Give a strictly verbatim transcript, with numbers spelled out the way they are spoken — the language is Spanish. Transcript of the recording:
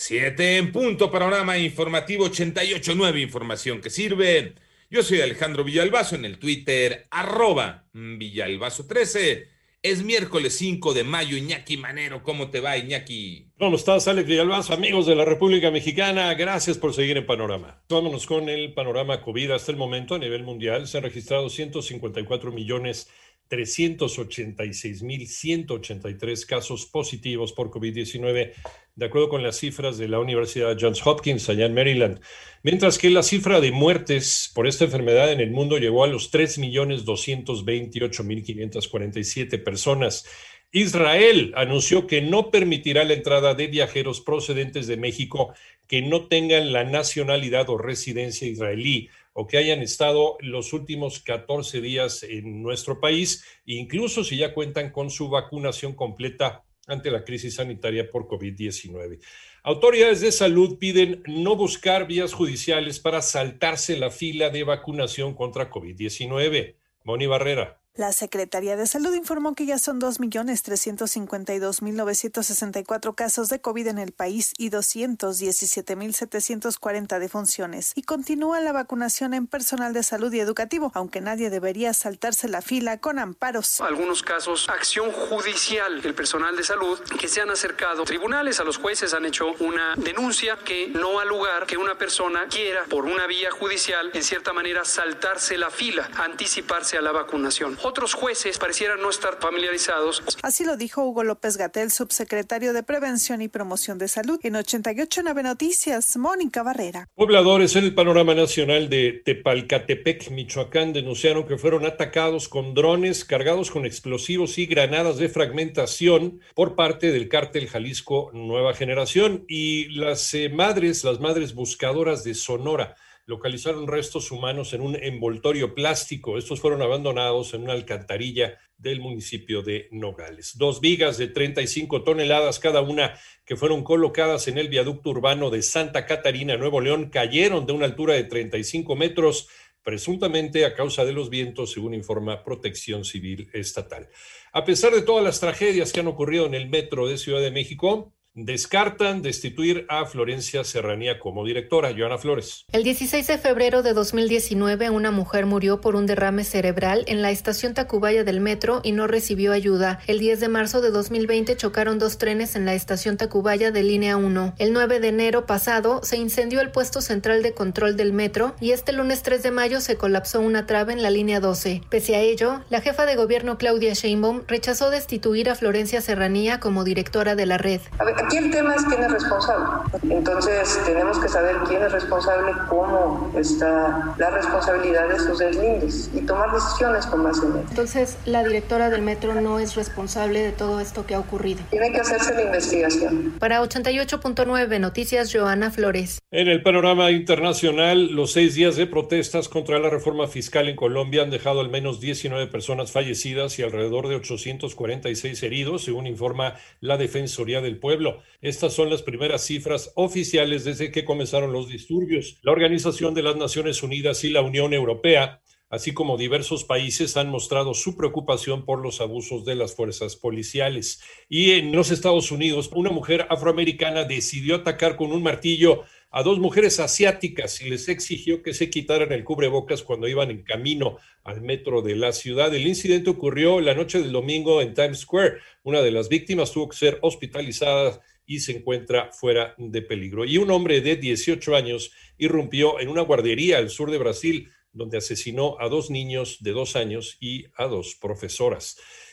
Siete en punto, panorama informativo ochenta y ocho punto nueve, información que sirve. Yo soy Alejandro Villalbazo en el Twitter, arroba Villalbazo trece. Es miércoles cinco de mayo, Iñaki Manero, ¿cómo te va, Iñaki? ¿Cómo estás, Alex Villalbazo? Amigos de la República Mexicana, gracias por seguir en Panorama. Vámonos con el panorama COVID. Hasta el momento, a nivel mundial, se han registrado ciento cincuenta y cuatro millones trescientos ochenta y seis mil ciento ochenta y tres casos positivos por COVID diecinueve, de acuerdo con las cifras de la Universidad Johns Hopkins, allá en Maryland. Mientras que la cifra de muertes por esta enfermedad en el mundo llegó a los tres millones doscientos veintiocho mil quinientas cuarenta y siete personas. Israel anunció que no permitirá la entrada de viajeros procedentes de México que no tengan la nacionalidad o residencia israelí o que hayan estado los últimos catorce días en nuestro país, incluso si ya cuentan con su vacunación completa ante la crisis sanitaria por COVID diecinueve. Autoridades de salud piden no buscar vías judiciales para saltarse la fila de vacunación contra COVID diecinueve. Moni Barrera. La Secretaría de Salud informó que ya son dos millones trescientos cincuenta y dos mil novecientos sesenta y cuatro casos de COVID en el país y doscientos diecisiete mil setecientos cuarenta defunciones. Y continúa la vacunación en personal de salud y educativo, aunque nadie debería saltarse la fila con amparos. Algunos casos, acción judicial. El personal de salud que se han acercado a tribunales, a los jueces han hecho una denuncia que no ha lugar que una persona quiera, por una vía judicial, en cierta manera saltarse la fila, anticiparse a la vacunación. Otros jueces parecieran no estar familiarizados. Así lo dijo Hugo López-Gatell, subsecretario de Prevención y Promoción de Salud. En ochenta y ocho punto nueve Noticias, Mónica Barrera. Pobladores en el panorama nacional de Tepalcatepec, Michoacán, denunciaron que fueron atacados con drones cargados con explosivos y granadas de fragmentación por parte del cártel Jalisco Nueva Generación. Y las eh, madres, las madres buscadoras de Sonora, localizaron restos humanos en un envoltorio plástico. Estos fueron abandonados en una alcantarilla del municipio de Nogales. Dos vigas de treinta y cinco toneladas cada una que fueron colocadas en el viaducto urbano de Santa Catarina, Nuevo León, cayeron de una altura de treinta y cinco metros, presuntamente a causa de los vientos, según informa Protección Civil Estatal. A pesar de todas las tragedias que han ocurrido en el metro de Ciudad de México, descartan destituir a Florencia Serranía como directora. Joana Flores. El dieciséis de febrero de dos mil diecinueve, una mujer murió por un derrame cerebral en la estación Tacubaya del metro y no recibió ayuda. El diez de marzo de dos mil veinte chocaron dos trenes en la estación Tacubaya de línea uno. El nueve de enero pasado se incendió el puesto central de control del metro y este lunes tres de mayo se colapsó una trave en la línea doce. Pese a ello, la jefa de gobierno Claudia Sheinbaum rechazó destituir a Florencia Serranía como directora de la red. A ver, aquí el tema es quién es responsable. Entonces tenemos que saber quién es responsable, cómo está la responsabilidad de sus deslindes y tomar decisiones con base en eso. Entonces, la directora del metro no es responsable de todo esto que ha ocurrido. Tiene que hacerse la investigación. Para ochenta y ocho punto nueve Noticias, Joana Flores. En el panorama internacional, los seis días de protestas contra la reforma fiscal en Colombia han dejado al menos diecinueve personas fallecidas y alrededor de ochocientos cuarenta y seis heridos, según informa la Defensoría del Pueblo. Estas son las primeras cifras oficiales desde que comenzaron los disturbios. La Organización de las Naciones Unidas y la Unión Europea, así como diversos países, han mostrado su preocupación por los abusos de las fuerzas policiales. Y en los Estados Unidos, una mujer afroamericana decidió atacar con un martillo a dos mujeres asiáticas y les exigió que se quitaran el cubrebocas cuando iban en camino al metro de la ciudad. El incidente ocurrió la noche del domingo en Times Square. Una de las víctimas tuvo que ser hospitalizada y se encuentra fuera de peligro. Y un hombre de dieciocho años irrumpió en una guardería al sur de Brasil, donde asesinó a dos niños de dos años y a dos profesoras.